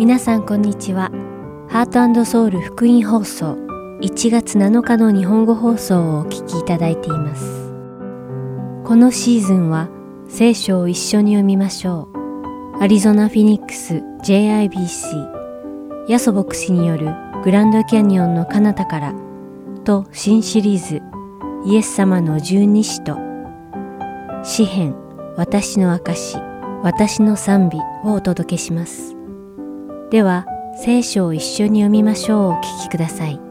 皆さんこんにちは。ハート&ソウル福音放送1月7日の日本語放送をお聞きいただいています。このシーズンは聖書を一緒に読みましょう。アリゾナ・フィニックス JIBC ヤソ牧師によるグランドキャニオンの彼方からと新シリーズイエス様の十二使徒詩編私の証私の賛美をお届けします。では聖書を一緒に読みましょう。お聞きください。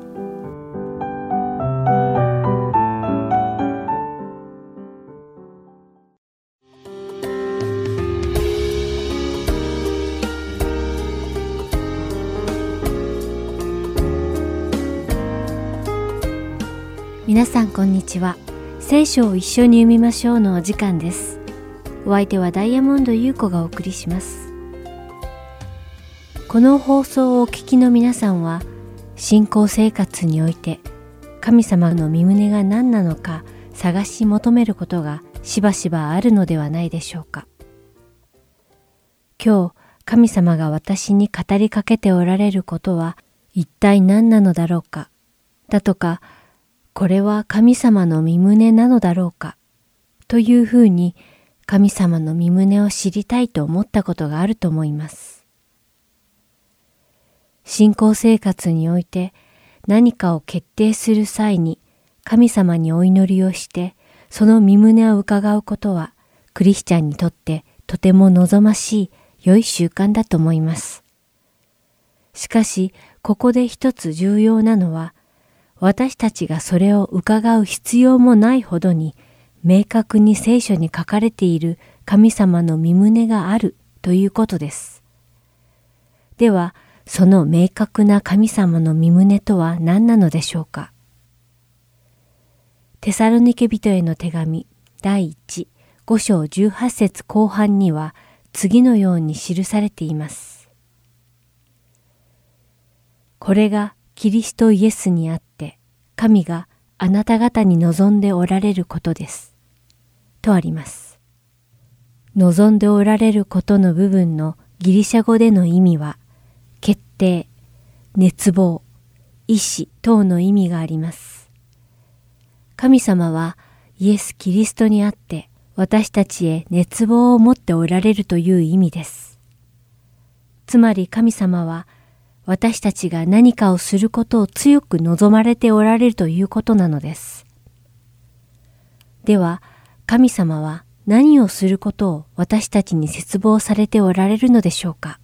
皆さんこんにちは。聖書を一緒に読みましょうのお時間です。お相手はダイヤモンド優子がお送りします。この放送をお聞きの皆さんは、信仰生活において神様の御胸が何なのか探し求めることがしばしばあるのではないでしょうか。今日、神様が私に語りかけておられることは一体何なのだろうか、だとか、これは神様の御胸なのだろうか、というふうに神様の御胸を知りたいと思ったことがあると思います。信仰生活において何かを決定する際に神様にお祈りをしてその御胸を伺うことはクリスチャンにとってとても望ましい良い習慣だと思います。しかしここで一つ重要なのは私たちがそれを伺う必要もないほどに明確に聖書に書かれている神様の御胸があるということです。では、その明確な神様の御胸とは何なのでしょうか。テサロニケ人への手紙第5章18節後半には次のように記されています。これがキリストイエスにあって神があなた方に望んでおられることです。とあります。望んでおられることの部分のギリシャ語での意味は決定、熱望、意志等の意味があります。神様はイエス・キリストにあって私たちへ熱望を持っておられるという意味です。つまり神様は私たちが何かをすることを強く望まれておられるということなのです。では、神様は何をすることを私たちに切望されておられるのでしょうか。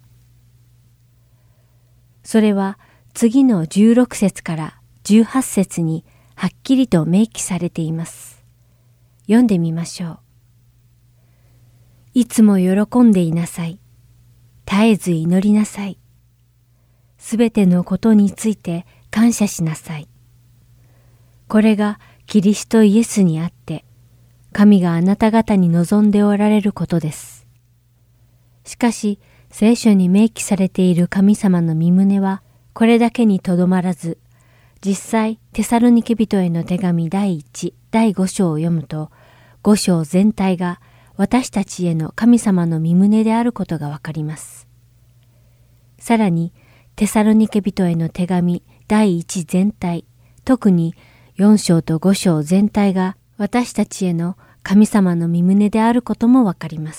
それは次の16節から18節にはっきりと明記されています。読んでみましょう。いつも喜んでいなさい。絶えず祈りなさい。すべてのことについて感謝しなさい。これがキリストイエスにあって、神があなた方に望んでおられることです。しかし、聖書に明記されている神様の御胸は、これだけにとどまらず、実際、テサロニケ人への手紙第5章を読むと、5章全体が私たちへの神様の御胸であることがわかります。さらに、テサロニケ人への手紙第1全体、特に4章と5章全体が私たちへの神様の御胸であることもわかります。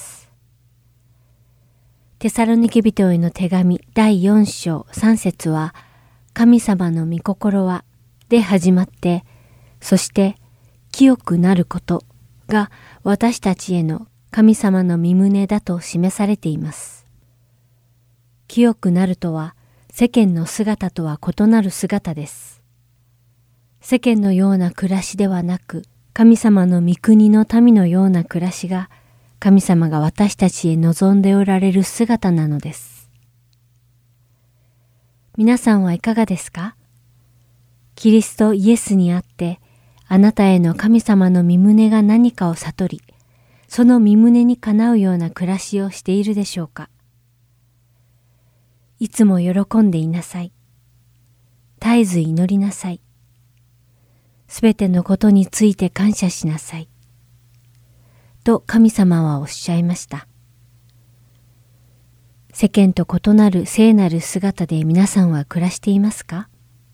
テサロニケ人への手紙第4章3節は神様の御心はで始まって、そして清くなることが私たちへの神様の御胸だと示されています。清くなるとは世間の姿とは異なる姿です。世間のような暮らしではなく、神様の御国の民のような暮らしが神様が私たちへ望んでおられる姿なのです。皆さんはいかがですか？キリストイエスにあって、あなたへの神様の御胸が何かを悟り、その御胸にかなうような暮らしをしているでしょうか？いつも喜んでいなさい。絶えず祈りなさい。すべてのことについて感謝しなさい。と神様はおっしゃいました。 世間と異なる聖なる姿で皆さんは暮らしていますか？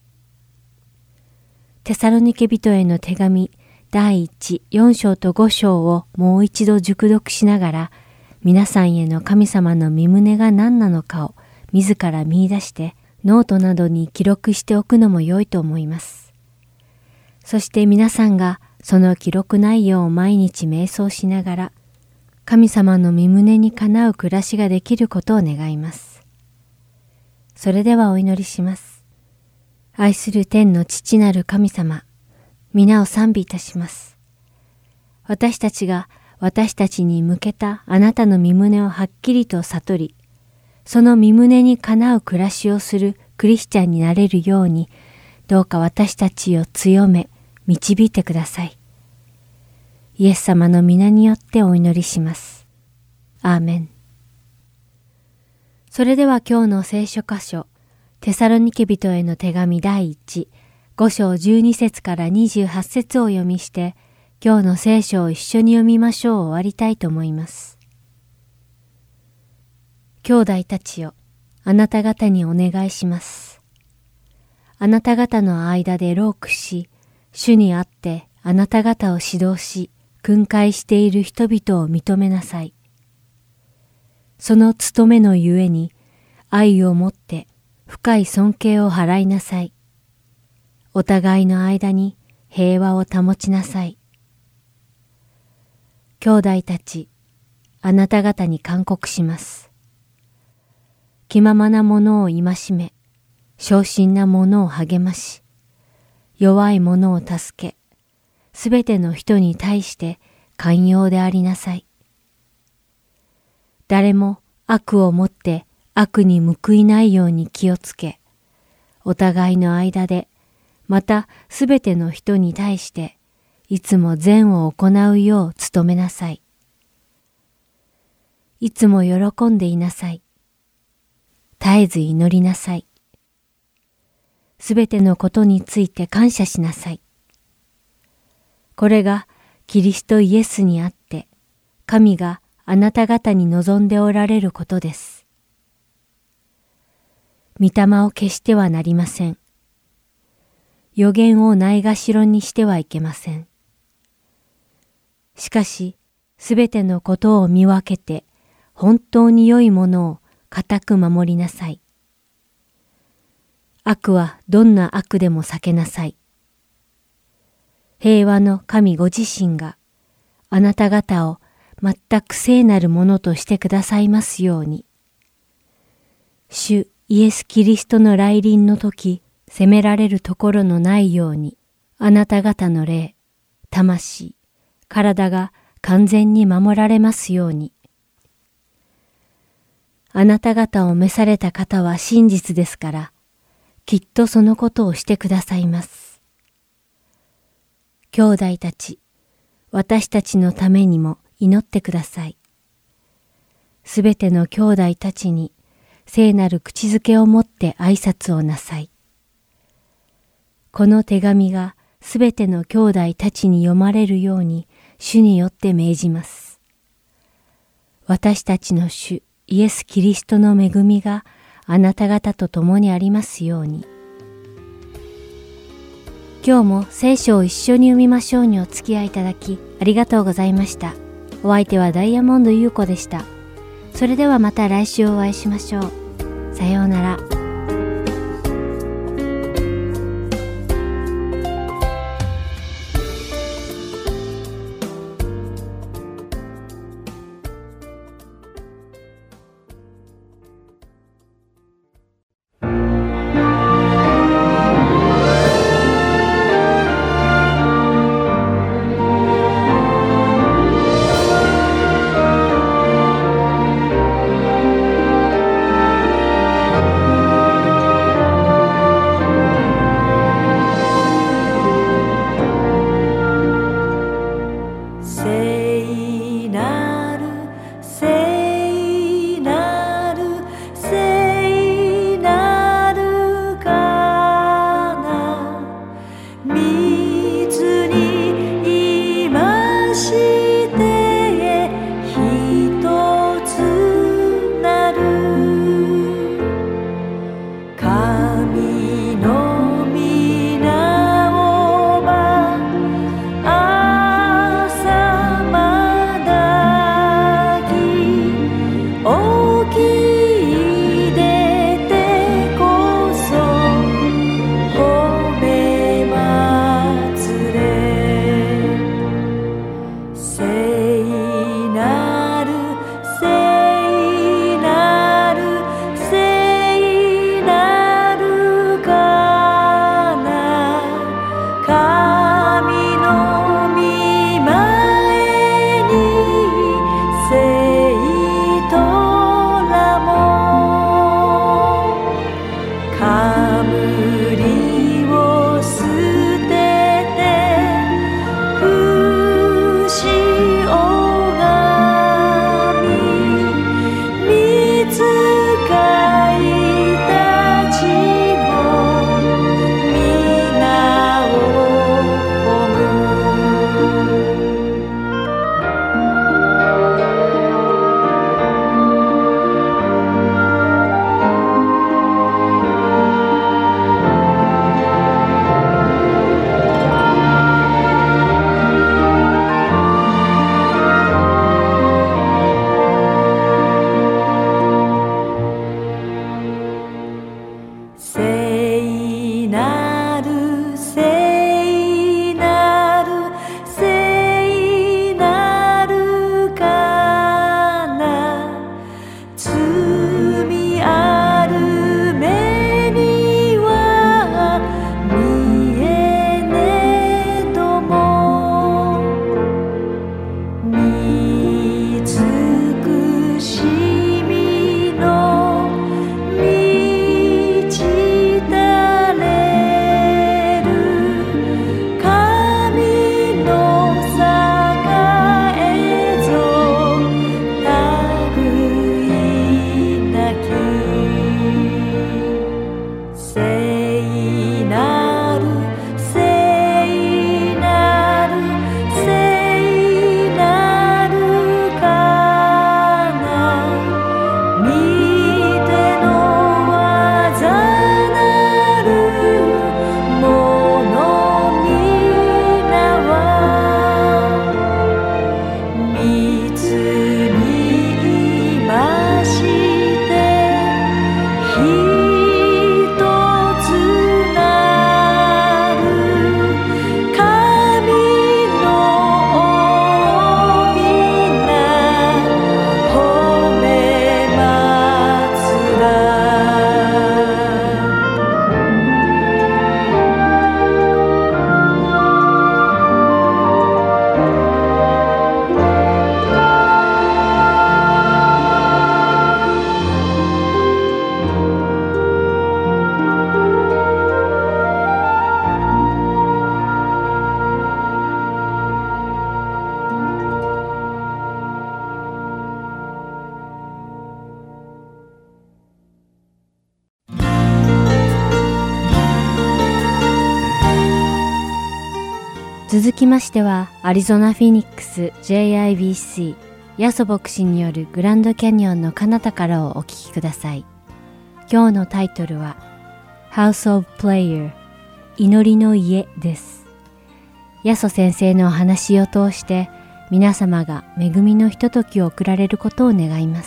テサロニケ人への手紙第1、4章と5章をもう一度熟読しながら、皆さんへの神様の御胸が何なのかを自ら見出してノートなどに記録しておくのも良いと思います。そして皆さんがその記録内容を毎日瞑想しながら、神様の御胸にかなう暮らしができることを願います。それではお祈りします。愛する天の父なる神様、皆を賛美いたします。私たちが私たちに向けたあなたの御胸をはっきりと悟り、その御胸にかなう暮らしをするクリスチャンになれるように、どうか私たちを強め、導いてください。イエス様の皆によってお祈りします。アーメン。それでは今日の聖書箇所、テサロニケ人への手紙第1、5章12節から28節を読みして、今日の聖書を一緒に読みましょう終わりたいと思います。兄弟たちよ、あなた方にお願いします。あなた方の間で労苦し、主にあってあなた方を指導し、訓戒している人々を認めなさい。その務めのゆえに、愛をもって深い尊敬を払いなさい。お互いの間に平和を保ちなさい。兄弟たち、あなた方に勧告します。気ままなものを戒め、小心なものを励まし、弱い者を助け、すべての人に対して寛容でありなさい。誰も悪をもって悪に報いないように気をつけ、お互いの間で、またすべての人に対して、いつも善を行うよう努めなさい。いつも喜んでいなさい。絶えず祈りなさい。すべてのことについて感謝しなさい。これがキリストイエスにあって、神があなた方に望んでおられることです。御霊を消してはなりません。預言をないがしろにしてはいけません。しかし、すべてのことを見分けて、本当に良いものを固く守りなさい。悪はどんな悪でも避けなさい。平和の神ご自身があなた方を全く聖なるものとしてくださいますように。主イエス・キリストの来臨の時、責められるところのないように、あなた方の霊、魂、体が完全に守られますように。あなた方を召された方は真実ですから、きっとそのことをしてくださいます。兄弟たち、私たちのためにも祈ってください。すべての兄弟たちに聖なる口づけをもって挨拶をなさい。この手紙がすべての兄弟たちに読まれるように主によって命じます。私たちの主イエス・キリストの恵みがあなた方と共にありますように。今日も聖書を一緒に読みましょうにお付き合いいただきありがとうございました。お相手はダイヤモンド優子でした。それではまた来週お会いしましょう。さようなら。 一つなる聖なる聖なる聖なるかな、神の御前に生徒らも冠を捨てて不死拝み、御使いたちも皆を褒む。聖なる聖なる聖なるかな、罪ある目には見えねえとも、見尽くしみの満ちたれる神の栄えぞ類なき、聖なる聖なる聖なるかな、御手の技なるもの皆は密にいまして一つなる神の皆褒め祭ら。 続きましては、アリゾナ・フィニックス JIBC ヤソ牧師によるグランドキャニオンの彼方からをお聞きください。今日のタイトルは House of Prayer 祈りの家です。ヤソ先生のお話を通して皆様が恵みのひとときを送られることを願います。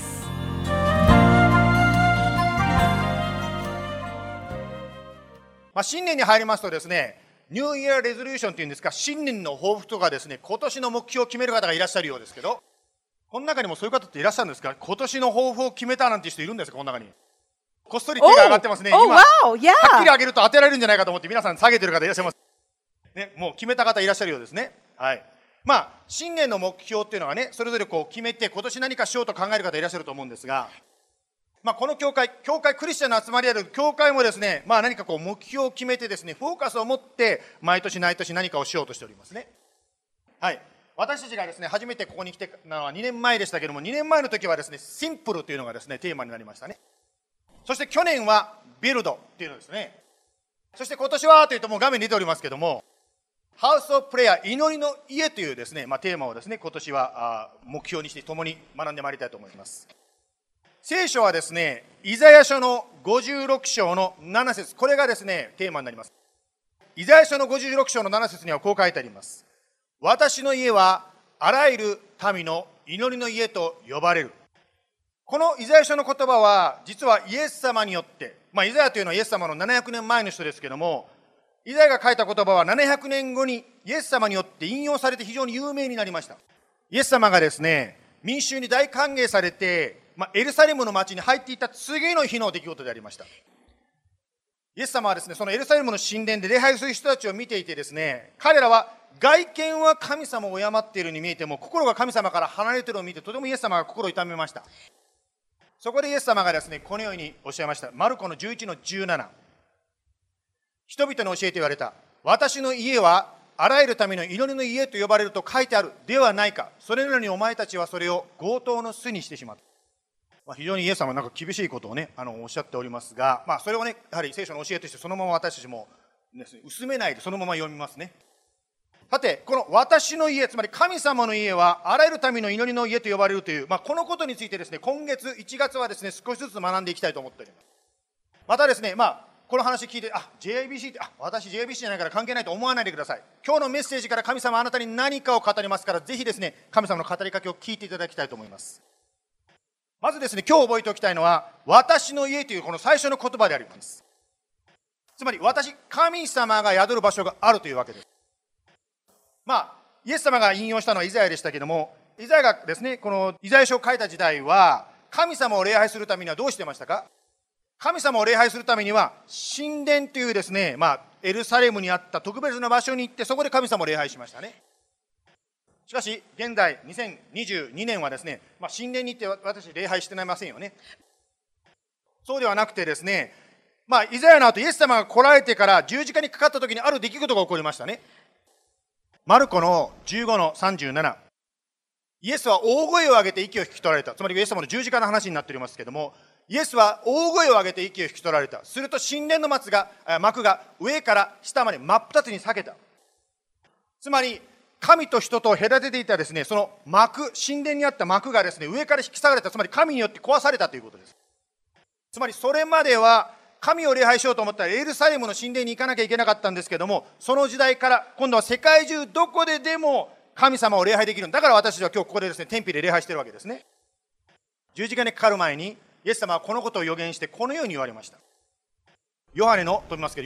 新年に入りますとですね、ニューイヤーレゾリューションというんですか、新年の抱負とかですね、今年の目標を決める方がいらっしゃるようですけど、この中にもそういう方っていらっしゃるんですか？今年の抱負を決めたなんて人いるんですか？この中に。こっそり手が上がってますね。今、はっきり上げると当てられるんじゃないかと思って皆さん下げてる方いらっしゃいます。ね、もう決めた方いらっしゃるようですね。はい。新年の目標っていうのはね、それぞれこう決めて今年何かしようと考える方いらっしゃると思うんですが、この教会クリスチャンの集まりある教会もですね、何かこう目標を決めてですね、フォーカスを持って毎年何かをしようとしておりますね。はい。私たちがですね、初めてここに来てたのは2年前でしたけども、2年前の時はですね、シンプルというのがですね、テーマになりましたね。そして去年はビルドっていうのですね。そして今年はというともう画面に出ておりますけども、ハウス・オブ・プレイヤー、祈りの家というですね、テーマをですね、今年は目標にして共に学んでまいりたいと思います。聖書はですね、イザヤ書の56章の7節、これがですね、テーマになります。イザヤ書の56章の7節にはこう書いてあります。私の家はあらゆる民の祈りの家と呼ばれる。このイザヤ書の言葉は、実はイエス様によって、イザヤというのはイエス様の700年前の人ですけども、イザヤが書いた言葉は700年後にイエス様によって引用されて非常に有名になりました。 イエス様がですね、民衆に大歓迎されて、エルサレムの町に入っていった次の日の出来事でありました。イエス様はですね、そのエルサレムの神殿で礼拝する人たちを見ていてですね、彼らは外見は神様を敬っているように見えても、心が神様から離れているのを見て、とてもイエス様が心を痛めました。そこでイエス様がですね、このようにおっしゃいました。マルコの11の17。人々に教えて言われた。私の家はあらゆるための祈りの家と呼ばれると書いてあるではないか。それなのにお前たちはそれを強盗の巣にしてしまった。非常にイエス様はなんか厳しいことをね、おっしゃっておりますが、それをね、やはり聖書の教えとしてそのまま私たちもですね、薄めないでそのまま読みますね。さて、この私の家、つまり神様の家はあらゆるための祈りの家と呼ばれるという、このことについてですね、今月1月はですね、少しずつ学んでいきたいと思っております。またですね、この話聞いて、JIBC って、私 JIBC じゃないから関係ないと思わないでください。今日のメッセージから神様はあなたに何かを語りますから、ぜひですね、神様の語りかけを聞いていただきたいと思います。まずですね、今日覚えておきたいのは、私の家というこの最初の言葉であります。つまり、神様が宿る場所があるというわけです。イエス様が引用したのはイザヤでしたけども、イザヤがですね、このイザヤ書を書いた時代は、神様を礼拝するためにはどうしてましたか？神様を礼拝するためには、神殿というですね、エルサレムにあった特別な場所に行って、そこで神様を礼拝しましたね。しかし、現在、2022年はですね、神殿に行って私、礼拝していませんよね。そうではなくてですね、イザヤの後、イエス様が来られてから十字架にかかった時にある出来事が起こりましたね。マルコの15の37。イエスは大声を上げて息を引き取られた。つまりイエス様の十字架の話になっておりますけれども、イエスは大声を上げて息を引き取られた。すると神殿の幕が上から下まで真っ二つに裂けた。つまり神と人と隔てていたですね、その神殿にあった幕がですね、上から引き裂かれた。つまり神によって壊されたということです。つまりそれまでは神を礼拝しようと思ったらエルサレムの神殿に行かなきゃいけなかったんですけども、その時代から今度は世界中どこででも神様を礼拝できる。だから私たちは今日ここでですね、天日で礼拝しているわけですね。十字架にかかる前にイエス様はこのことを予言してこのように言われました。ヨハネの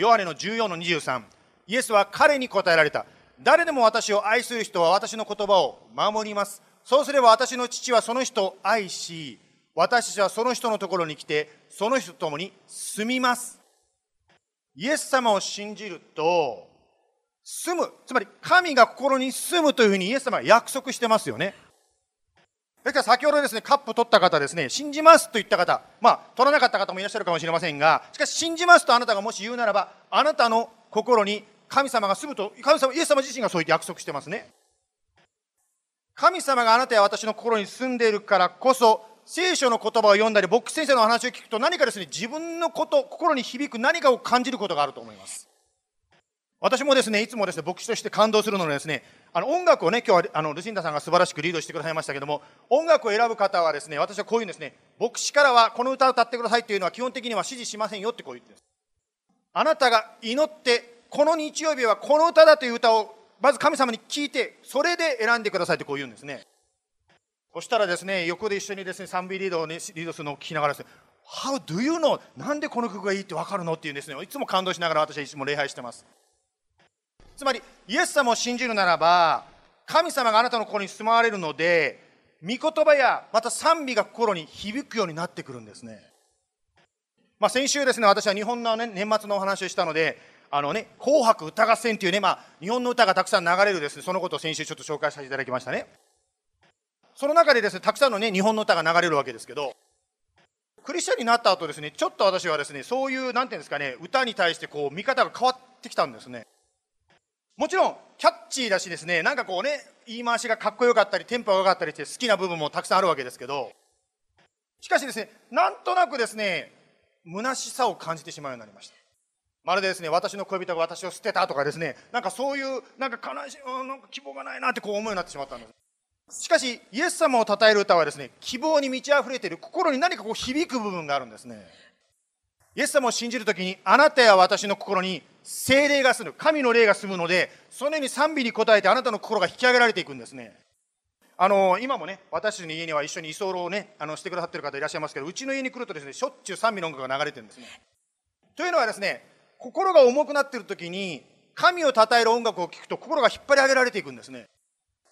14の23。イエスは彼に答えられた。誰でも私を愛する人は私の言葉を守ります。そうすれば私の父はその人を愛し、私たちはその人のところに来て、その人と共に住みます。イエス様を信じると、住む、つまり神が心に住むというふうにイエス様は約束してますよね。ですから先ほどですね、カップ取った方ですね、信じますと言った方、取らなかった方もいらっしゃるかもしれませんが、しかし信じますとあなたがもし言うならば、あなたの心に神様が住むと、イエス様自身がそう言って約束してますね。神様があなたや私の心に住んでいるからこそ、聖書の言葉を読んだり、牧師先生の話を聞くと何かですね、自分の心に響く何かを感じることがあると思います。私もですね、いつもですね、牧師として感動するのはですね、音楽をね、今日はルシンダさんが素晴らしくリードしてくださいましたけども、音楽を選ぶ方はですね、私はこういうんですね、牧師からはこの歌を歌ってくださいというのは基本的には指示しませんよってこう言ってるんです。あなたが祈って、この日曜日はこの歌だという歌をまず神様に聞いて、それで選んでくださいってこう言うんですね。そしたらですね、横で一緒にですね、賛美リードをね、リードするのを聞きながらですね、How do you know? なんでこの曲がいいって分かるのっていうんですね、いつも感動しながら私はいつも礼拝してます。つまり、イエス様を信じるならば、神様があなたの心に住まわれるので、御言葉やまた賛美が心に響くようになってくるんですね。先週ですね、私は日本の、ね、年末のお話をしたので、紅白歌合戦というね、日本の歌がたくさん流れるですね、そのことを先週ちょっと紹介させていただきましたね。その中でですね、たくさんのね、日本の歌が流れるわけですけど、クリスチャンになった後ですね、ちょっと私はですね、そういう、なんていうんですかね、歌に対してこう、見方が変わってきたんですね。もちろん、キャッチーだしですね、なんかこうね、言い回しがかっこよかったり、テンポが良かったりして好きな部分もたくさんあるわけですけど、しかしですね、なんとなくですね、虚しさを感じてしまうようになりました。まるでですね、私の恋人が私を捨てたとかですね、なんかそういう、なんか悲しい、なんか希望がないなってこう思うようになってしまったんです。しかし、イエス様を称える歌はですね、希望に満ち溢れている、心に何かこう響く部分があるんですね。イエス様を信じるときに、あなたや私の心に聖霊が住む、神の霊が住むので、そのように賛美に応えてあなたの心が引き上げられていくんですね。今もね、私たちの家には一緒に居候をね、してくださっている方いらっしゃいますけど、うちの家に来るとですね、しょっちゅう賛美の音楽が流れてるんですね。というのはですね、心が重くなっているときに、神を称える音楽を聴くと心が引っ張り上げられていくんですね。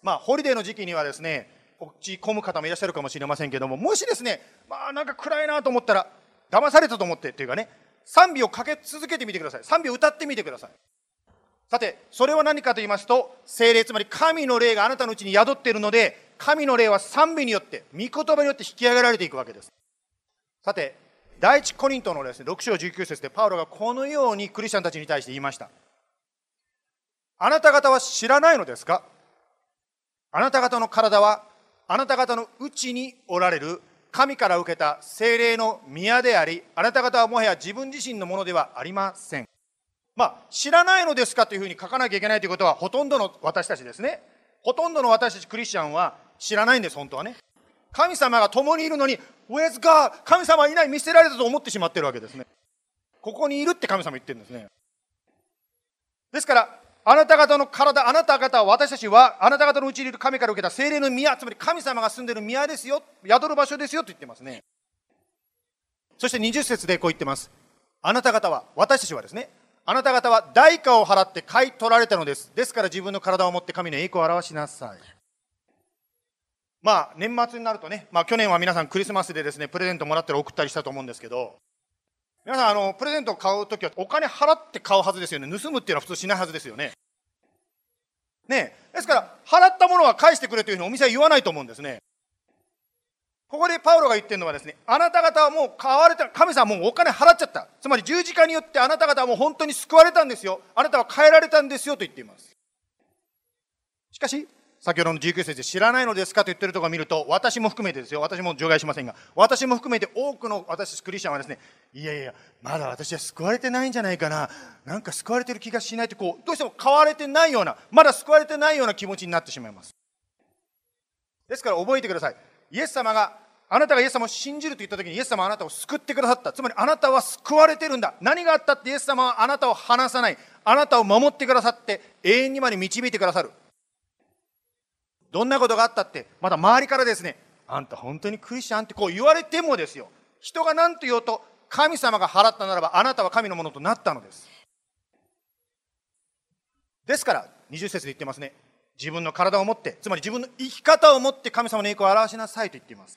ホリデーの時期にはですね、落ち込む方もいらっしゃるかもしれませんけども、もしですね、なんか暗いなと思ったら、騙されたと思ってっていうかね、賛美をかけ続けてみてください。賛美を歌ってみてください。さて、それは何かと言いますと、聖霊、つまり神の霊があなたのうちに宿っているので、神の霊は賛美によって、御言葉によって引き上げられていくわけです。さて、第一コリントのですね、6章19節でパウロがこのようにクリスチャンたちに対して言いました。あなた方は知らないのですか？あなた方の体はあなた方のうちにおられる神から受けた聖霊の宮であり、あなた方はもはや自分自身のものではありません。知らないのですかというふうに書かなきゃいけないということは、ほとんどの私たちですね。ほとんどの私たちクリスチャンは知らないんです、本当はね。神様が共にいるのに、Where's God？ 神様はいない、見捨てられたと思ってしまっているわけですね。ここにいるって神様言ってるんですね。ですから、あなた方の体、あなた方は、私たちは、あなた方のうちにいる神から受けた聖霊の宮、つまり神様が住んでいる宮ですよ、宿る場所ですよと言ってますね。そして20節でこう言ってます。あなた方は、私たちはですね、あなた方は代価を払って買い取られたのです。ですから自分の体を持って神の栄光を表しなさい。年末になるとね、去年は皆さんクリスマスでですね、プレゼントもらったり送ったりしたと思うんですけど、皆さん、プレゼントを買うときはお金払って買うはずですよね。盗むっていうのは普通しないはずですよね。ですから、払ったものは返してくれというふうにお店は言わないと思うんですね。ここでパウロが言ってるのはですね、あなた方はもう買われた、神様はもうお金払っちゃった。つまり十字架によってあなた方はもう本当に救われたんですよ。あなたは変えられたんですよと言っています。しかし、先ほどの19節で知らないのですかと言ってるところを見ると、私も含めてですよ、私も除外しませんが、私も含めて多くの私たちクリスチャンはですね、いやいや、まだ私は救われてないんじゃないかな、なんか救われてる気がしないって、どうしても変われてないような、まだ救われてないような気持ちになってしまいます。ですから覚えてください。イエス様が、あなたがイエス様を信じると言ったときに、イエス様はあなたを救ってくださった。つまりあなたは救われてるんだ。何があったってイエス様はあなたを離さない。あなたを守ってくださって、永遠にまで導いてくださる。どんなことがあったって、まだ周りからですね、あんた本当にクリスチャンって言われてもですよ、人が何と言おうと、神様が払ったならば、あなたは神のものとなったのです。ですから、20節で言ってますね。自分の体を持って、つまり自分の生き方を持って神様の栄光を表しなさいと言っています。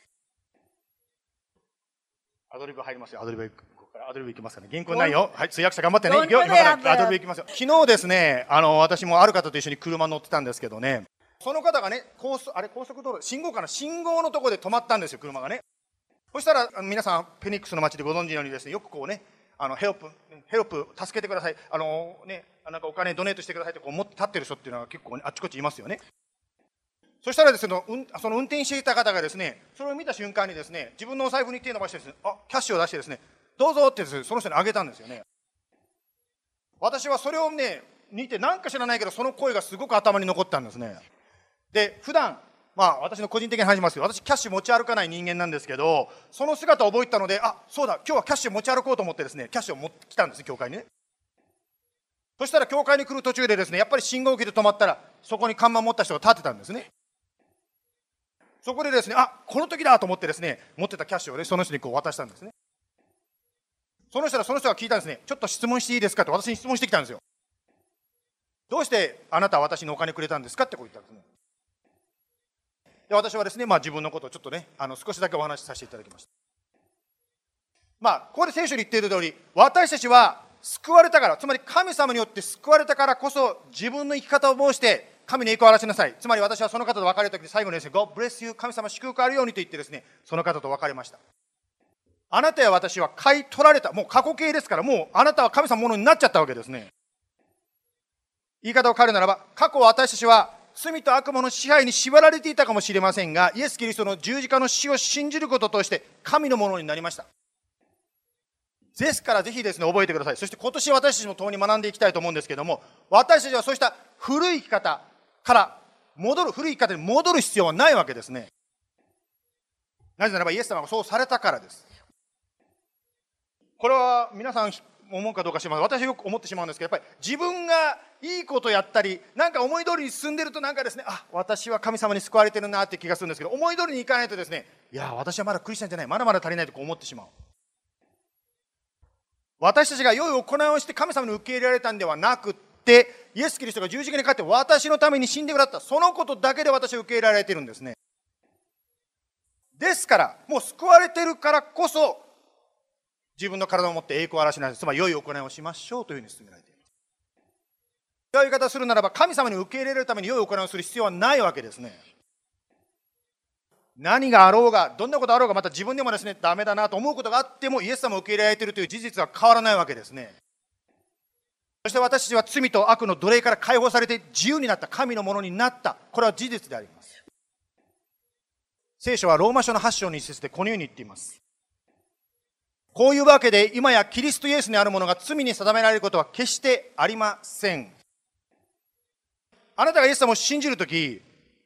アドリブ入りますよ。アドリブいきますかね。原稿ないよ。はい、通訳者頑張ってね。いくよ。今からアドリブいきますよ。昨日ですね、私もある方と一緒に車乗ってたんですけどね、その方がね、高速道路、信号のところで止まったんですよ、車がね。そしたら、皆さん、フェニックスの街でご存知のようにですね、よくヘルプ、助けてください、なんかお金ドネートしてくださいって持って立ってる人っていうのは結構、あっちこっちいますよね。そしたらですね、その運転していた方がですね、それを見た瞬間にですね、自分のお財布に手を伸ばしてですね、キャッシュを出してですね、どうぞってですね、その人にあげたんですよね。私はそれをね、見て、なんか知らないけど、その声がすごく頭に残ったんですね。で、普段、私の個人的な話しますけど、私キャッシュ持ち歩かない人間なんですけど、その姿を覚えたので、そうだ、今日はキャッシュ持ち歩こうと思ってですね、キャッシュを持ってきたんです、教会にね。そしたら教会に来る途中でですね、やっぱり信号機で止まったら、そこに看板持った人が立ってたんですね。そこでですね、この時だと思ってですね、持ってたキャッシュをね、その人に渡したんですね。その人が聞いたんですね、ちょっと質問していいですかって私に質問してきたんですよ。どうしてあなたは私にお金くれたんですかって言ったんですね。で、私はですね、自分のことをちょっとね、少しだけお話しさせていただきました。ここで聖書に言っている通り、私たちは救われたから、つまり神様によって救われたからこそ、自分の生き方を通して神の栄光を表しなさい。つまり私はその方と別れた時に最後にですね、God bless you、神様祝福あるようにと言ってですね、その方と別れました。あなたや私は買い取られた、もう過去形ですから、もうあなたは神様のものになっちゃったわけですね。言い方を変えるならば、過去私たちは罪と悪魔の支配に縛られていたかもしれませんが、イエス・キリストの十字架の死を信じることとして神のものになりました。ですからぜひですね、覚えてください。そして今年私たちも共に学んでいきたいと思うんですけども、私たちはそうした古い生き方から古い生き方に戻る必要はないわけですね。なぜならばイエス様がそうされたからです。これは皆さん思うかどうか知りません。私はよく思ってしまうんですけど、やっぱり自分がいいことやったり、なんか思い通りに進んでるとなんかですね、私は神様に救われてるなって気がするんですけど、思い通りにいかないとですね、いや、私はまだクリスチャンじゃない、まだまだ足りないと思ってしまう。私たちが良い行いをして神様に受け入れられたんではなくって、イエス・キリストが十字架にかかって私のために死んでくださった。そのことだけで私は受け入れられているんですね。ですから、もう救われているからこそ、自分の体を持って栄光を表しなさい。つまり良い行いをしましょうというふうに勧められています。違う言い方をするならば、神様に受け入れられるために良い行いをする必要はないわけですね。何があろうが、どんなことあろうが、また自分でもですね、ダメだなと思うことがあっても、イエス様を受け入れられているという事実は変わらないわけですね。そして私たちは罪と悪の奴隷から解放されて自由になった、神のものになった。これは事実であります。聖書はローマ書の8章の一節でこのように言っています。こういうわけで、今やキリストイエスにあるものが罪に定められることは決してありません。あなたがイエス様を信じるとき、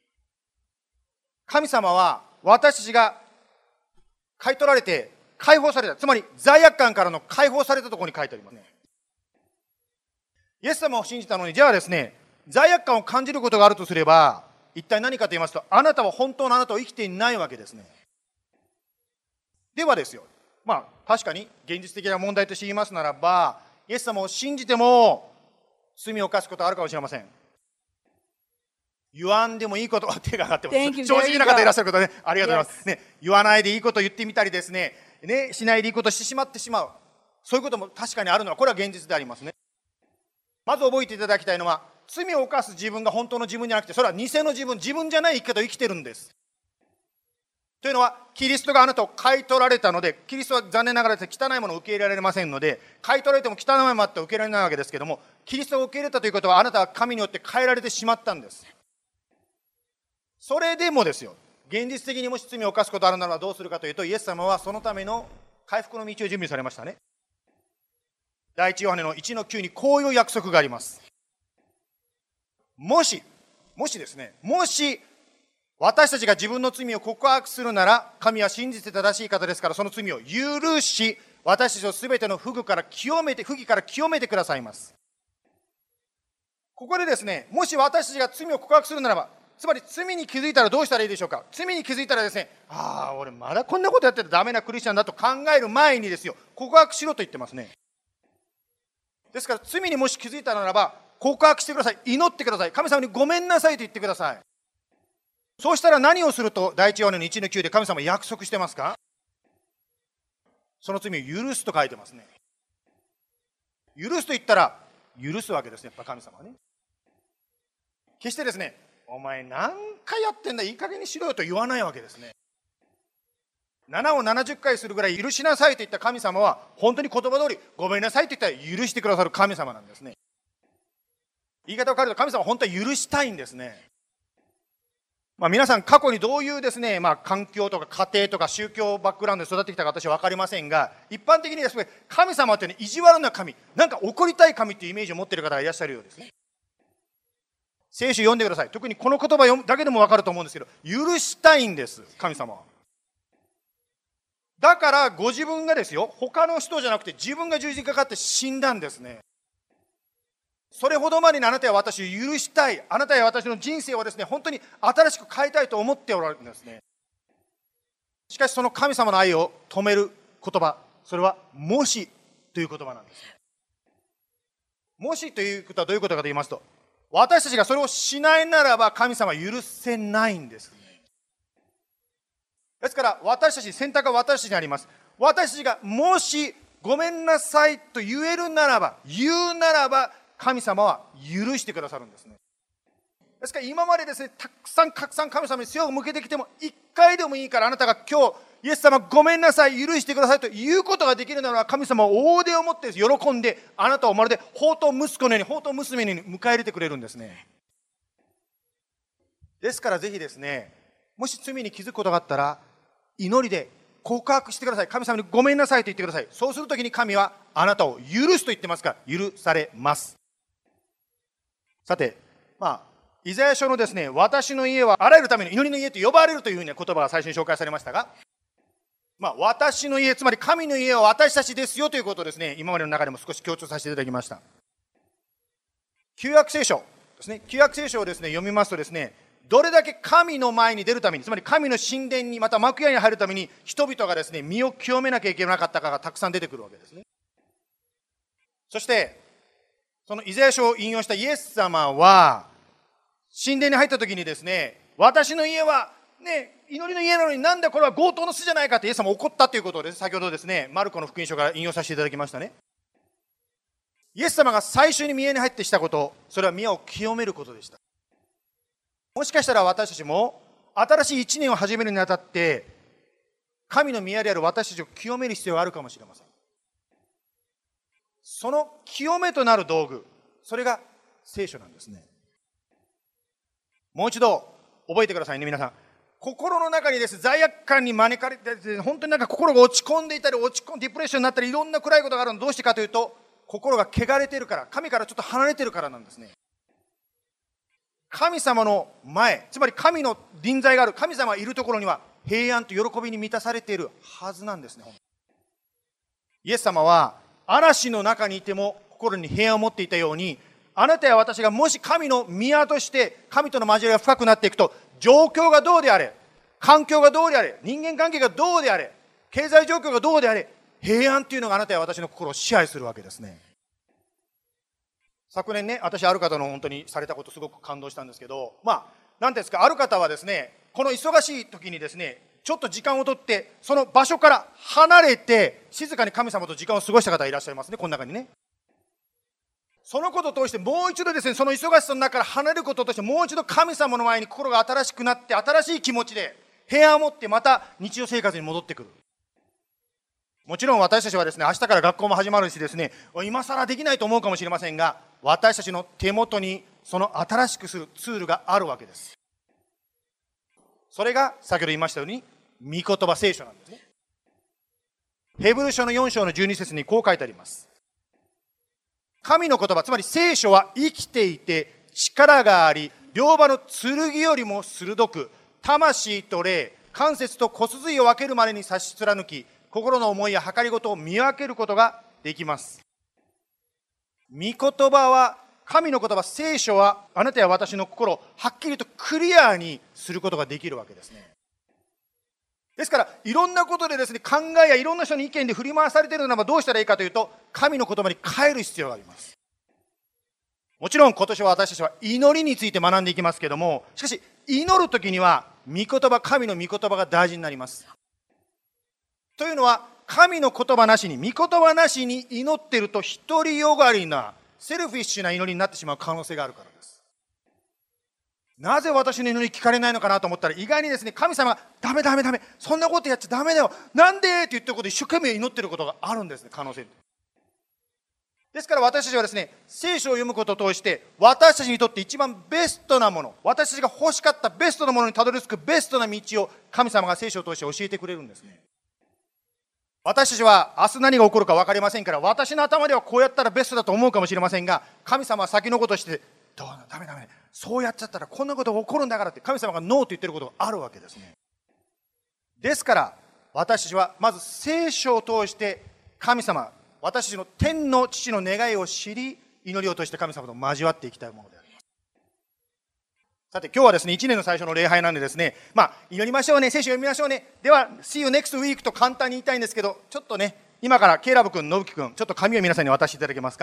神様は私たちが買い取られて解放された。つまり罪悪感からの解放されたところに書いてありますね。イエス様を信じたのに、じゃあですね、罪悪感を感じることがあるとすれば、一体何かと言いますと、あなたは本当のあなたを生きていないわけですね。ではですよ、確かに現実的な問題として言いますならば、イエス様を信じても罪を犯すことはあるかもしれません。言わんでもいいことは手が上がってます。正直な方いらっしゃる方ね、ありがとうございます。ね、言わないでいいことを言ってみたりですね、しないでいいことをしてしまってしまう。そういうことも確かにあるのは、これは現実でありますね。まず覚えていただきたいのは、罪を犯す自分が本当の自分じゃなくて、それは偽の自分、自分じゃない生き方を生きてるんです。というのは、キリストがあなたを買い取られたので、キリストは残念ながら汚いものを受け入れられませんので、買い取られても汚いものを受け入れられないわけですけれども、キリストが受け入れたということは、あなたは神によって変えられてしまったんです。それでもですよ、現実的にもし罪を犯すことがあるならばどうするかというと、イエス様はそのための回復の道を準備されましたね。第一ヨハネの1の9にこういう約束があります。もしですね、もし私たちが自分の罪を告白するなら、神は真実で正しい方ですから、その罪を許し、私たちをすべての不義から清めてくださいます。ここでですね、もし私たちが罪を告白するならば、つまり罪に気づいたらどうしたらいいでしょうか。罪に気づいたらですね、俺まだこんなことやっててダメなクリスチャンだと考える前にですよ、告白しろと言ってますね。ですから罪にもし気づいたならば、告白してください。祈ってください。神様にごめんなさいと言ってください。そうしたら何をすると第一ヨハネの1の9で神様約束してますか。その罪を許すと書いてますね。許すと言ったら許すわけですね、やっぱ神様はね。決してですね、お前何回やってんだ、いい加減にしろよと言わないわけですね。7を70回するぐらい許しなさいと言った神様は、本当に言葉通りごめんなさいと言ったら許してくださる神様なんですね。言い方を変えると、神様は本当は許したいんですね。皆さん過去にどういうですね、環境とか家庭とか宗教バックグラウンドで育ってきたか私は分かりませんが、一般的にですね、神様ってね、意地悪な神、なんか怒りたい神っていうイメージを持っている方がいらっしゃるようですね。聖書読んでください。特にこの言葉だけでも分かると思うんですけど、許したいんです、神様は。だからご自分がですよ、他の人じゃなくて自分が十字架にかかって死んだんですね。それほどまでにあなたは私を許したい、あなたや私の人生をですね、本当に新しく変えたいと思っておられるんですね。しかしその神様の愛を止める言葉、それはもしという言葉なんです。もしということはどういうことかと言いますと、私たちがそれをしないならば神様は許せないんですね。ですから私たち、選択は私たちにあります。私たちがもしごめんなさいと言うならば神様は許してくださるんですね。ですから今までですね、たくさん神様に背を向けてきても、一回でもいいからあなたが今日イエス様ごめんなさい、許してくださいということができるならば、神様は大手を持って喜んであなたをまるで宝刀息子のように、宝刀娘のように迎え入れてくれるんですね。ですからぜひですね、もし罪に気づくことがあったら祈りで告白してください。神様にごめんなさいと言ってください。そうするときに神はあなたを許すと言ってますから、許されます。さて、イザヤ書のですね、私の家はあらゆるための祈りの家と呼ばれるというふうな言葉が最初に紹介されましたが、私の家、つまり神の家は私たちですよということをですね、今までの中でも少し強調させていただきました。旧約聖書ですね、旧約聖書をですね、読みますとですね、どれだけ神の前に出るために、つまり神の神殿に、また幕屋に入るために人々がですね、身を清めなきゃいけなかったかがたくさん出てくるわけですね。そしてそのイザヤ書を引用したイエス様は、神殿に入った時にですね、私の家はね、祈りの家なのになんだこれは強盗の巣じゃないかってイエス様怒ったということです。先ほどですね、マルコの福音書から引用させていただきましたね。イエス様が最初に宮に入ってしたこと、それは宮を清めることでした。もしかしたら私たちも新しい一年を始めるにあたって、神の宮である私たちを清める必要があるかもしれません。その清めとなる道具、それが聖書なんですね。もう一度覚えてくださいね、皆さん。心の中にですね、罪悪感に招かれて、本当になんか心が落ち込んでいたり、ディプレッションになったり、いろんな暗いことがあるのはどうしてかというと、心が汚れているから、神からちょっと離れているからなんですね。神様の前、つまり神の臨在がある、神様がいるところには平安と喜びに満たされているはずなんですね。イエス様は嵐の中にいても心に平安を持っていたように、あなたや私がもし神の宮として神との交わりが深くなっていくと、状況がどうであれ、環境がどうであれ、人間関係がどうであれ、経済状況がどうであれ、平安というのがあなたや私の心を支配するわけですね。昨年ね、私ある方の本当にされたことすごく感動したんですけど、なんていうんですか、ある方はですね、この忙しい時にですね、ちょっと時間をとってその場所から離れて静かに神様と時間を過ごした方いらっしゃいますね、この中にね。そのことを通してもう一度ですね、その忙しさの中から離れることとして、もう一度神様の前に心が新しくなって、新しい気持ちで平安を持ってまた日常生活に戻ってくる。もちろん私たちはですね、明日から学校も始まるしですね、今更できないと思うかもしれませんが、私たちの手元にその新しくするツールがあるわけです。それが先ほど言いましたように御言葉、聖書なんですね。ヘブル書の4章の12節にこう書いてあります。神の言葉、つまり聖書は生きていて力があり、両刃の剣よりも鋭く、魂と霊、関節と骨髄を分けるまでに差し貫き、心の思いや計りごとを見分けることができます。御言葉は、神の言葉、聖書はあなたや私の心をはっきりとクリアにすることができるわけですね。ですからいろんなことでですね、考えやいろんな人の意見で振り回されているならばどうしたらいいかというと、神の言葉に変える必要があります。もちろん今年は私たちは祈りについて学んでいきますけれども、しかし祈るときには御言葉、神の御言葉が大事になります。というのは、神の言葉なしに、御言葉なしに祈っていると独りよがりなセルフィッシュな祈りになってしまう可能性があるからです。なぜ私の祈り聞かれないのかなと思ったら、意外にですね、神様がダメダメダメ、そんなことやっちゃダメだよ、なんでって言ってることで一生懸命祈っていることがあるんですね、可能性。ですから私たちはですね、聖書を読むことを通して私たちにとって一番ベストなもの、私たちが欲しかったベストなものにたどり着くベストな道を神様が聖書を通して教えてくれるんですね。私たちは明日何が起こるか分かりませんから、私の頭ではこうやったらベストだと思うかもしれませんが、神様は先のことをしてどうだ、ダメダメ、そうやっちゃったらこんなことが起こるんだからって神様がノーと言ってることがあるわけですね。ですから私たちはまず聖書を通して神様、私たちの天の父の願いを知り、祈りを通して神様と交わっていきたいものであります。さて今日はですね、1年の最初の礼拝なんでですね、祈りましょうね、聖書を読みましょうね、では See you next week と簡単に言いたいんですけど、ちょっとね、今からケイラブ君、ノブキ君、ちょっと紙を皆さんに渡していただけますか。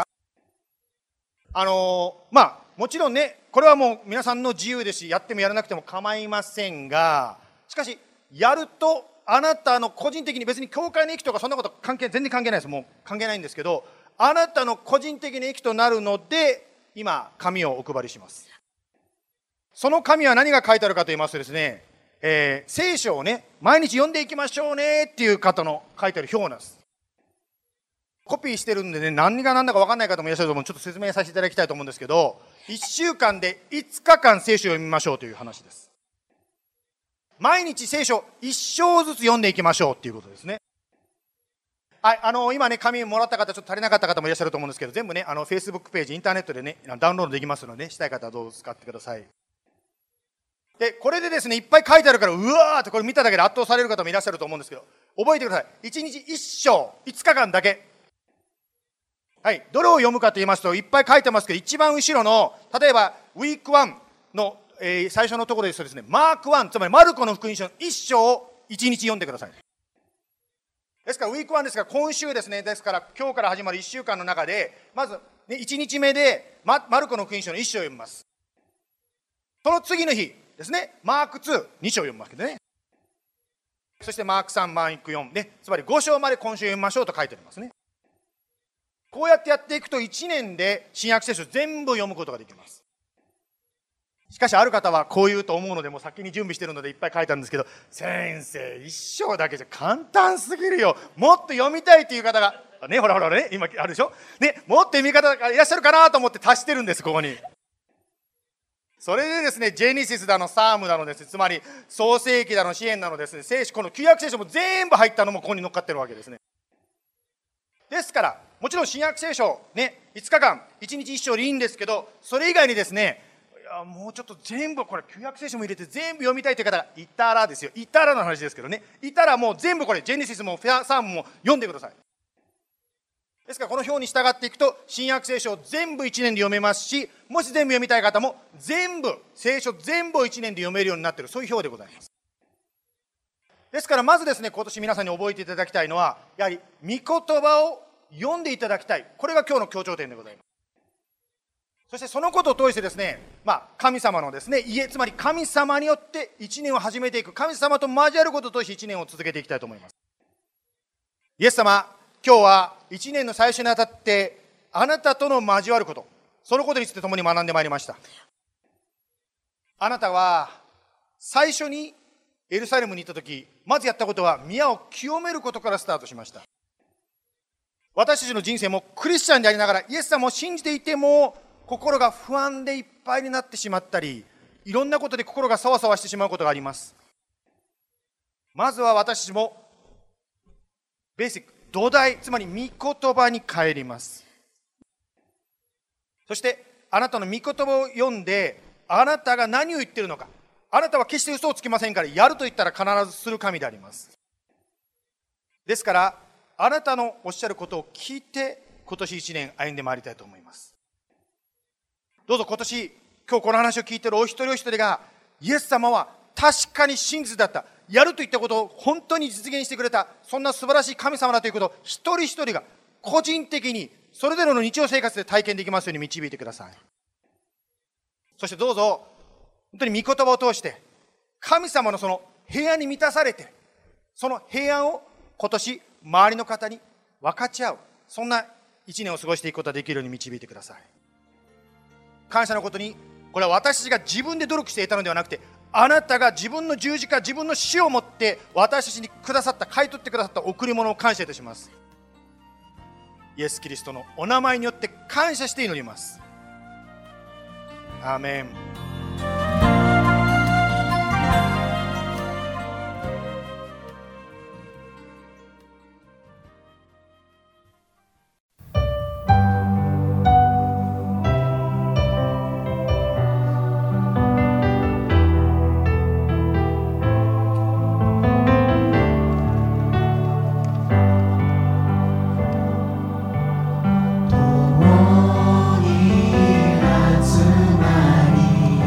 もちろんね、これはもう皆さんの自由ですし、やってもやらなくても構いませんが、しかしやるとあなたの個人的に、別に教会の益とかそんなこと全然関係ないです。もう関係ないんですけど、あなたの個人的な益となるので、今紙をお配りします。その紙は何が書いてあるかと言いますとですね、聖書をね、毎日読んでいきましょうねっていう方の書いてある表なんです。コピーしてるんでね、何が何だか分かんない方もいらっしゃると思うので、ちょっと説明させていただきたいと思うんですけど、1週間で5日間聖書を読みましょうという話です。毎日聖書1章ずつ読んでいきましょうっていうことですね。はい、今ね、紙もらった方、ちょっと足りなかった方もいらっしゃると思うんですけど、全部ね、Facebook ページ、インターネットでね、ダウンロードできますので、したい方はどうぞ使ってください。で、これでですね、いっぱい書いてあるから、うわーってこれ見ただけで圧倒される方もいらっしゃると思うんですけど、覚えてください。1日1章、5日間だけ。はい、どれを読むかと言いますと、いっぱい書いてますけど、一番後ろの、例えば、ウィーク1の、最初のところですとですね、マーク1、つまりマルコの福音書の1章を1日読んでください。 ですからウィーク1ですから今週ですね、ですから今日から始まる1週間の中で、まず、ね、1日目でマルコの福音書の1章を読みます。その次の日ですね、マーク2、2章を読むわけでね。そしてマーク3、マーク4、ね、つまり5章まで今週読みましょうと書いてありますね。こうやってやっていくと1年で新約聖書全部読むことができます。しかしある方はこう言うと思うので、もう先に準備してるのでいっぱい書いたんですけど、先生一章だけじゃ簡単すぎるよ、もっと読みたいという方がね、ほらね、今あるでしょ、ね、もっと読み方がいらっしゃるかなと思って足してるんです、ここに。それでですね、ジェネシスだのサームだのですね、つまり創世記だの詩篇なのですね、聖書、この旧約聖書も全部入ったのもここに乗っかってるわけですね。ですからもちろん新約聖書ね、5日間1日1章でいいんですけど、それ以外にですね、もうちょっと全部これ旧約聖書も入れて全部読みたいという方がいたらですよ、いたらの話ですけどね、いたらもう全部これジェネシスもサームも読んでください。ですからこの表に従っていくと新約聖書を全部1年で読めますし、もし全部読みたい方も全部聖書全部を1年で読めるようになっている、そういう表でございます。ですからまずですね、今年皆さんに覚えていただきたいのは、やはり御言葉を読んでいただきたい、これが今日の強調点でございます。そしてそのことを通してですね、神様のですね家、つまり神様によって1年を始めていく、神様と交わることを通して1年を続けていきたいと思います。イエス様、今日は1年の最初にあたってあなたとの交わること、そのことについて共に学んでまいりました。あなたは最初にエルサレムに行った時、まずやったことは宮を清めることからスタートしました。私たちの人生もクリスチャンでありながらイエス様を信じていても心が不安でいっぱいになってしまったり、いろんなことで心がさわさわしてしまうことがあります。まずは私たちもベーシック、土台、つまり御言葉に帰ります。そしてあなたの御言葉を読んで、あなたが何を言っているのか、あなたは決して嘘をつきませんから、やると言ったら必ずする神であります。ですからあなたのおっしゃることを聞いて今年1年歩んでまいりたいと思います。どうぞ今日この話を聞いているお一人お一人が、イエス様は確かに真実だった、やると言ったことを本当に実現してくれた、そんな素晴らしい神様だということを一人一人が個人的にそれぞれの日常生活で体験できますように導いてください。そしてどうぞ本当に御言葉を通して神様のその平安に満たされて、その平安を今年周りの方に分かち合う、そんな一年を過ごしていくことができるように導いてください。感謝のことに、これは私たちが自分で努力して得たのではなくて、あなたが自分の十字架、自分の死をもって私たちにくださった、買い取ってくださった贈り物を感謝いたします。イエス・キリストのお名前によって感謝して祈ります。アーメン。 共に集まり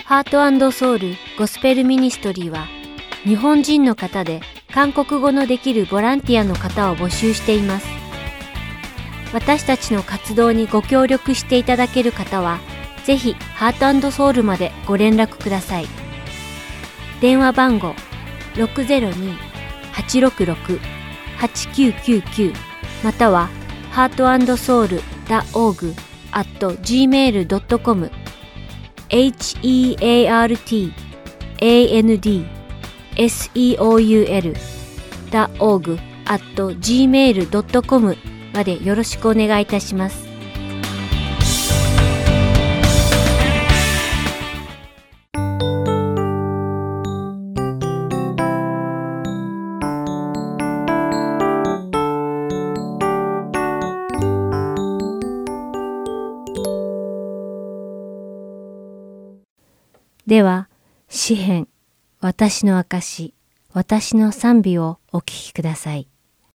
ハート&ソウルゴスペルミニストリーは、日本人の方で韓国語のできるボランティアの方を募集しています。私たちの活動にご協力していただける方は、ぜひハート&ソウルまでご連絡ください。電話番号 602-866-8999 または heartandsoul.org@gmail.com heartandseoul.org@gmail.com までよろしくお願いいたします。では、詩編、私の証、私の賛美をお聴きください。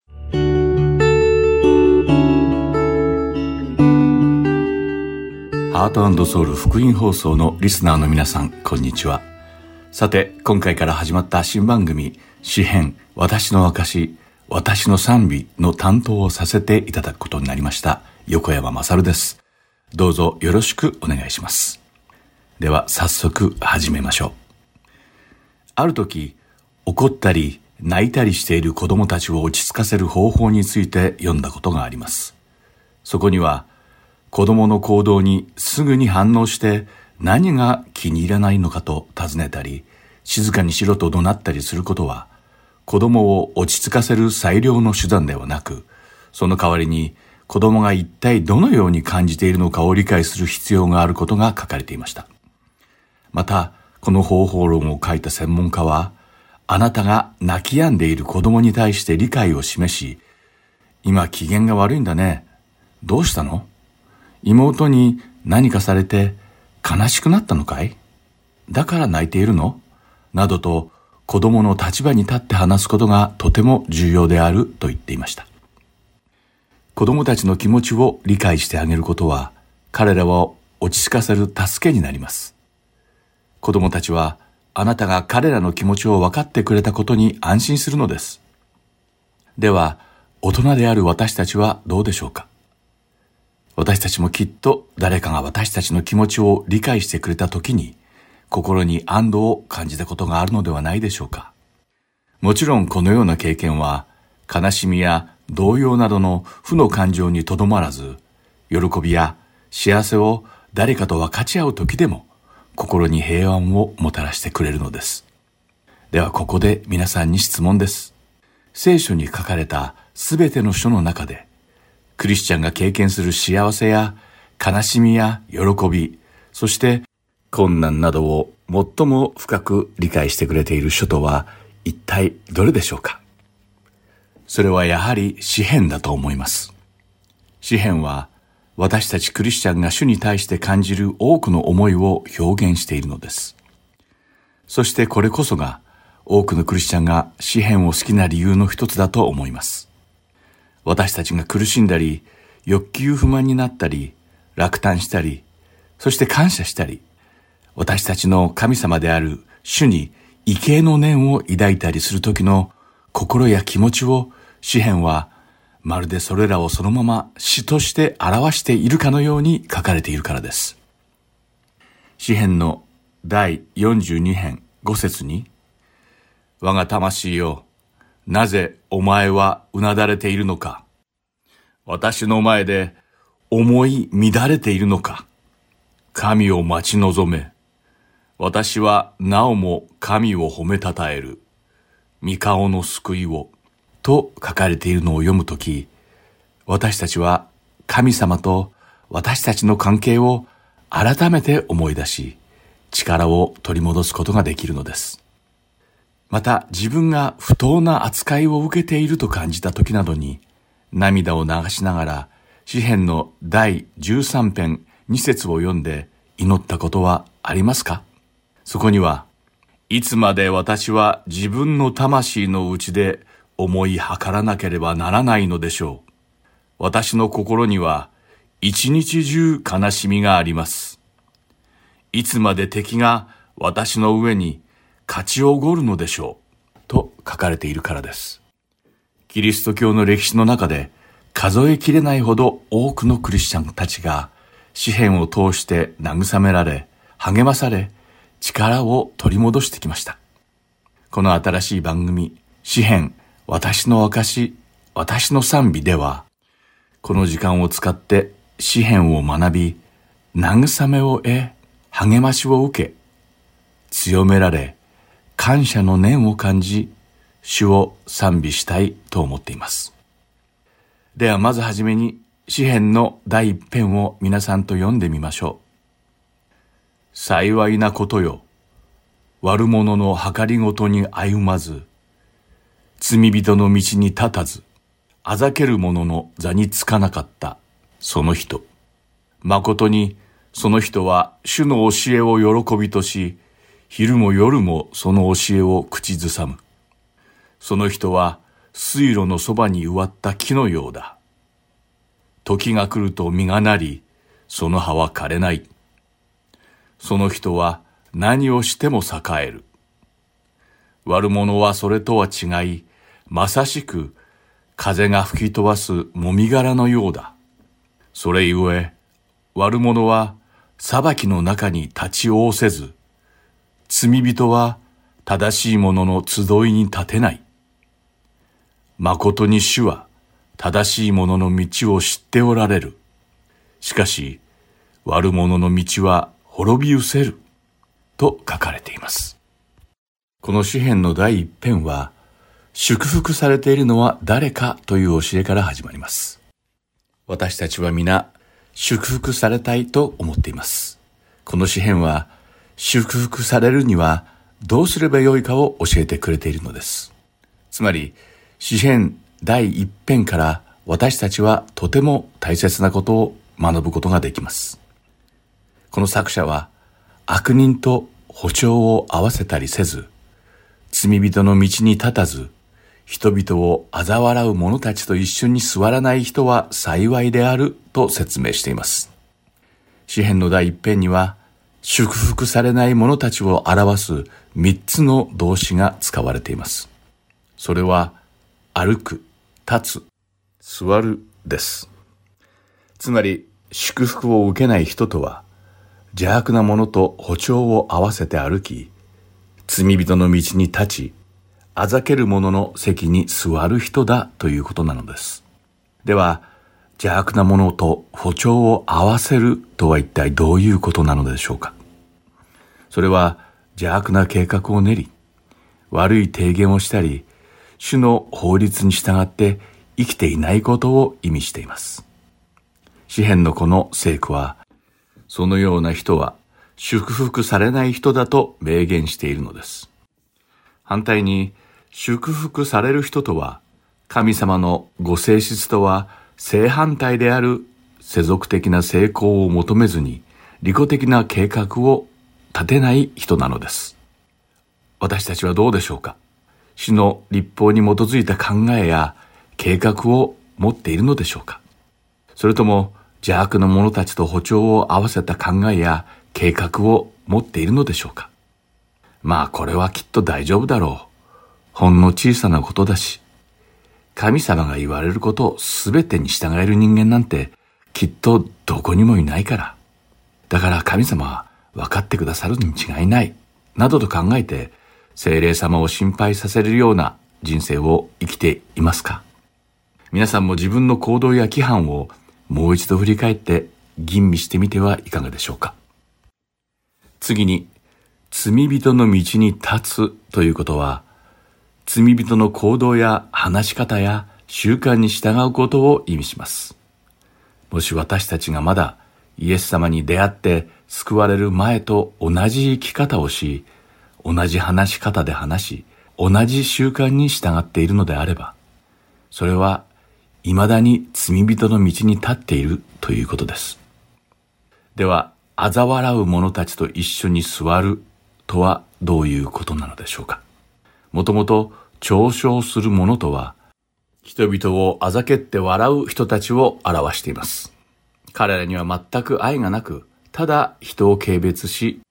ハート&ソウル福音放送のリスナーの皆さん、こんにちは。さて、今回から始まった新番組、詩編、私の証、私の賛美の担当をさせていただくことになりました、横山勝です。どうぞよろしくお願いします。では早速始めましょう。ある時、怒ったり泣いたりしている子供たちを落ち着かせる方法について読んだことがあります。そこには、子供の行動にすぐに反応して何が気に入らないのかと尋ねたり、静かにしろと怒鳴ったりすることは、子供を落ち着かせる最良の手段ではなく、その代わりに子供が一体どのように感じているのかを理解する必要があることが書かれていました。また、この方法論を書いた専門家は、あなたが泣き止んでいる子供に対して理解を示し、今機嫌が悪いんだね。どうしたの？妹に何かされて悲しくなったのかい？だから泣いているの？などと子供の立場に立って話すことがとても重要であると言っていました。子供たちの気持ちを理解してあげることは、彼らを落ち着かせる助けになります。子供たちはあなたが彼らの気持ちを分かってくれたことに安心するのです。では、大人である私たちはどうでしょうか？私たちもきっと誰かが私たちの気持ちを理解してくれたときに、心に安堵を感じたことがあるのではないでしょうか。もちろんこのような経験は、悲しみや動揺などの負の感情にとどまらず、喜びや幸せを誰かと分かち合うときでも、心に平安をもたらしてくれるのです。ではここで皆さんに質問です。聖書に書かれたすべての書の中で、クリスチャンが経験する幸せや悲しみや喜び、そして困難などを最も深く理解してくれている書とは一体どれでしょうか？それはやはり詩編だと思います。詩編は私たちクリスチャンが主に対して感じる多くの思いを表現しているのです。そしてこれこそが多くのクリスチャンが詩編を好きな理由の一つだと思います。私たちが苦しんだり、欲求不満になったり、落胆したり、そして感謝したり、私たちの神様である主に畏敬の念を抱いたりするときの心や気持ちを詩編はまるでそれらをそのまま詩として表しているかのように書かれているからです。詩編の第42編5節に、我が魂よ、なぜお前はうなだれているのか。私の前で思い乱れているのか。神を待ち望め。私はなおも神を褒めたたえる。御顔の救いを。と書かれているのを読むとき、私たちは神様と私たちの関係を改めて思い出し、力を取り戻すことができるのです。また自分が不当な扱いを受けていると感じたときなどに、涙を流しながら詩編の第13編2節を読んで祈ったことはありますか？そこには、いつまで私は自分の魂の内で思い計らなければならないのでしょう。私の心には一日中悲しみがあります。いつまで敵が私の上に勝ちおごるのでしょうと書かれているからです。キリスト教の歴史の中で数えきれないほど多くのクリスチャンたちが詩篇を通して慰められ、励まされ、力を取り戻してきました。この新しい番組、詩篇、私の証、私の賛美では、この時間を使って詩篇を学び、慰めを得、励ましを受け、強められ、感謝の念を感じ、主を賛美したいと思っています。ではまずはじめに、詩篇の第一編を皆さんと読んでみましょう。幸いなことよ。悪者の計りごとに歩まず、罪人の道に立たず、あざける者の座につかなかったその人。誠にその人は主の教えを喜びとし、昼も夜もその教えを口ずさむ。その人は水路のそばに植わった木のようだ。時が来ると実がなり、その葉は枯れない。その人は何をしても栄える。悪者はそれとは違い、まさしく風が吹き飛ばすもみ殻のようだ。それゆえ、悪者は裁きの中に立ち仰せず、罪人は正しい者の集いに立てない。誠に主は正しい者の道を知っておられる。しかし、悪者の道は滅び失せる。と書かれています。この詩篇の第一編は、祝福されているのは誰かという教えから始まります。私たちは皆、祝福されたいと思っています。この詩篇は、祝福されるにはどうすればよいかを教えてくれているのです。つまり、詩篇第一編から私たちはとても大切なことを学ぶことができます。この作者は、悪人と歩調を合わせたりせず、罪人の道に立たず、人々を嘲笑う者たちと一緒に座らない人は幸いであると説明しています。詩篇の第一編には、祝福されない者たちを表す3つの動詞が使われています。それは、歩く、立つ、座るです。つまり、祝福を受けない人とは、邪悪な者と歩調を合わせて歩き、罪人の道に立ち、あざける者の席に座る人だということなのです。では、邪悪な者と歩調を合わせるとは一体どういうことなのでしょうか。それは邪悪な計画を練り、悪い提言をしたり、主の法律に従って生きていないことを意味しています。詩篇のこの聖句は、そのような人は祝福されない人だと明言しているのです。反対に、祝福される人とは、神様のご性質とは正反対である世俗的な成功を求めずに、利己的な計画を立てない人なのです。私たちはどうでしょうか。主の律法に基づいた考えや計画を持っているのでしょうか。それとも邪悪な者たちと歩調を合わせた考えや計画を持っているのでしょうか。まあこれはきっと大丈夫だろう。ほんの小さなことだし、神様が言われることをすべてに従える人間なんてきっとどこにもいないから。だから神様は分かってくださるに違いない。などと考えて聖霊様を心配させるような人生を生きていますか。皆さんも自分の行動や規範をもう一度振り返って吟味してみてはいかがでしょうか。次に、罪人の道に立つということは、罪人の行動や話し方や習慣に従うことを意味します。もし私たちがまだイエス様に出会って救われる前と同じ生き方をし、同じ話し方で話し、同じ習慣に従っているのであれば、それは未だに罪人の道に立っているということです。では、嘲笑う者たちと一緒に座るとはどういうことなのでしょうか。もともと嘲笑する者とは、人々をあざけって笑う人たちを表しています。彼らには全く愛がなく、ただ人を軽蔑し、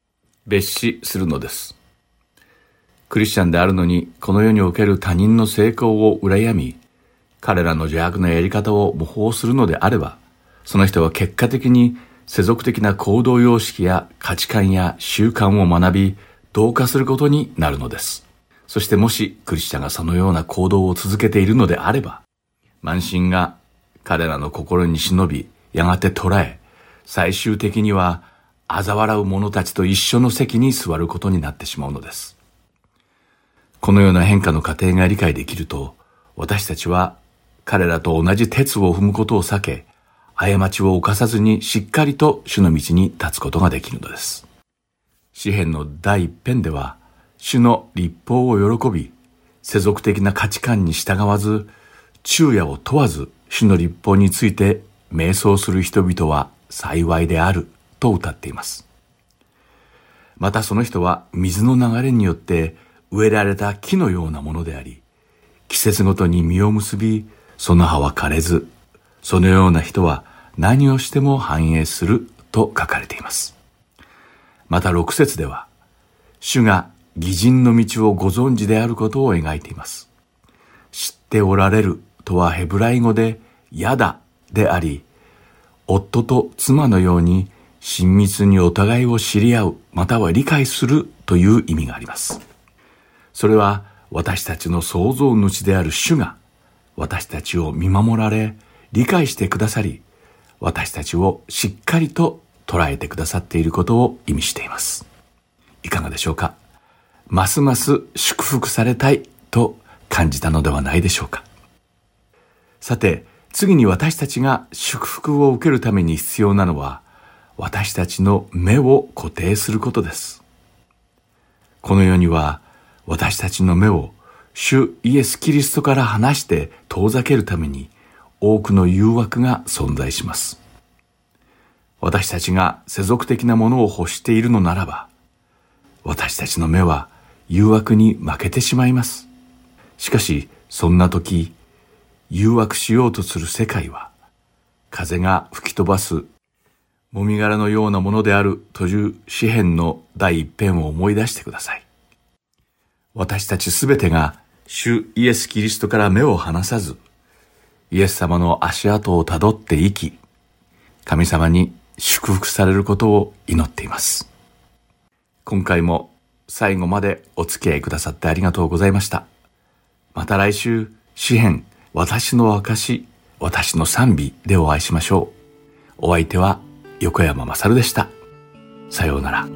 蔑視するのです。クリスチャンであるのに、この世における他人の成功を羨み、彼らの邪悪なやり方を模倣するのであれば、その人は結果的に世俗的な行動様式や価値観や習慣を学び、同化することになるのです。そしてもしクリスチャンがそのような行動を続けているのであれば、慢心が彼らの心に忍び、やがて捉え、最終的には嘲笑う者たちと一緒の席に座ることになってしまうのです。このような変化の過程が理解できると、私たちは彼らと同じ轍を踏むことを避け、過ちを犯さずにしっかりと主の道に立つことができるのです。詩編の第一編では、主の律法を喜び、世俗的な価値観に従わず、昼夜を問わず主の律法について瞑想する人々は幸いであると歌っています。またその人は水の流れによって植えられた木のようなものであり、季節ごとに実を結び、その葉は枯れず、そのような人は何をしても繁栄すると書かれています。また6節では、主が義人の道をご存知であることを描いています。知っておられるとはヘブライ語でヤダであり、夫と妻のように親密にお互いを知り合う、または理解するという意味があります。それは私たちの創造主である主が私たちを見守られ、理解してくださり、私たちをしっかりと捉えてくださっていることを意味しています。いかがでしょうか。ますます祝福されたいと感じたのではないでしょうか。さて、次に私たちが祝福を受けるために必要なのは、私たちの目を固定することです。この世には、私たちの目を主イエス・キリストから離して遠ざけるために多くの誘惑が存在します。私たちが世俗的なものを欲しているのならば、私たちの目は誘惑に負けてしまいます。しかし、そんな時、誘惑しようとする世界は、風が吹き飛ばす、もみ殻のようなものであるという詩編の第一編を思い出してください。私たちすべてが主イエス・キリストから目を離さず、イエス様の足跡をたどって生き、神様に祝福されることを祈っています。今回も最後までお付き合いくださってありがとうございました。また来週、詩編、私の証、私の賛美でお会いしましょう。お相手は横山まさるでした。さようなら。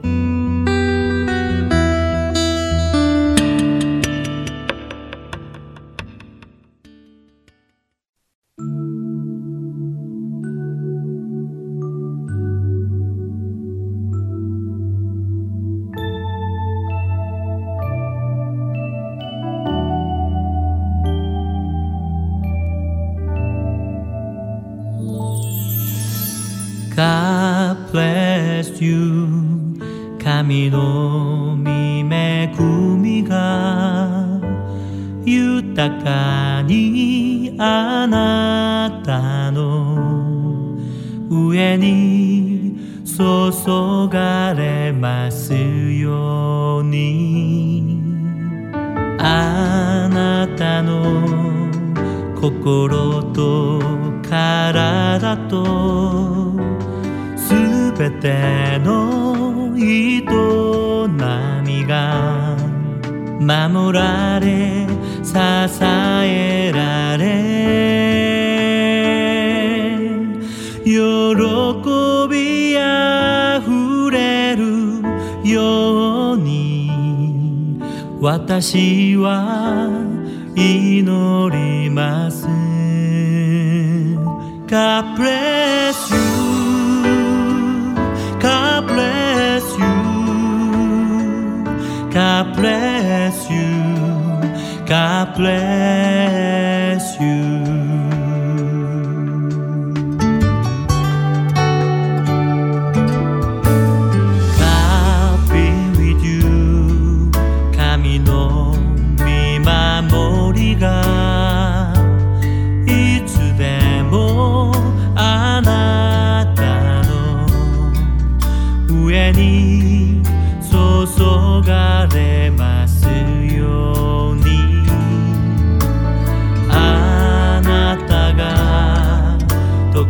God bless you 神の御恵みが豊かにあなたの上に注がれますようにあなたの心と体とすべての営みが守られ支えられ喜びあふれるように私は祈ります。 God bless you God bless you God bless you God bless you God be with you 神の見守りがいつでもあなたの上に注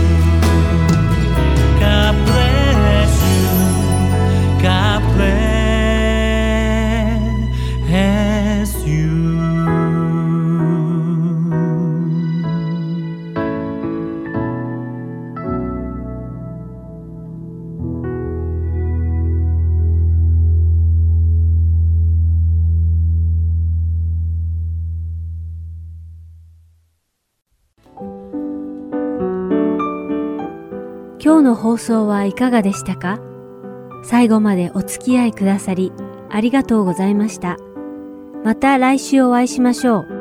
God bless you. God bless you. 今日の放送はいかがでしたか？最後までお付き合いくださりありがとうございました。また来週お会いしましょう。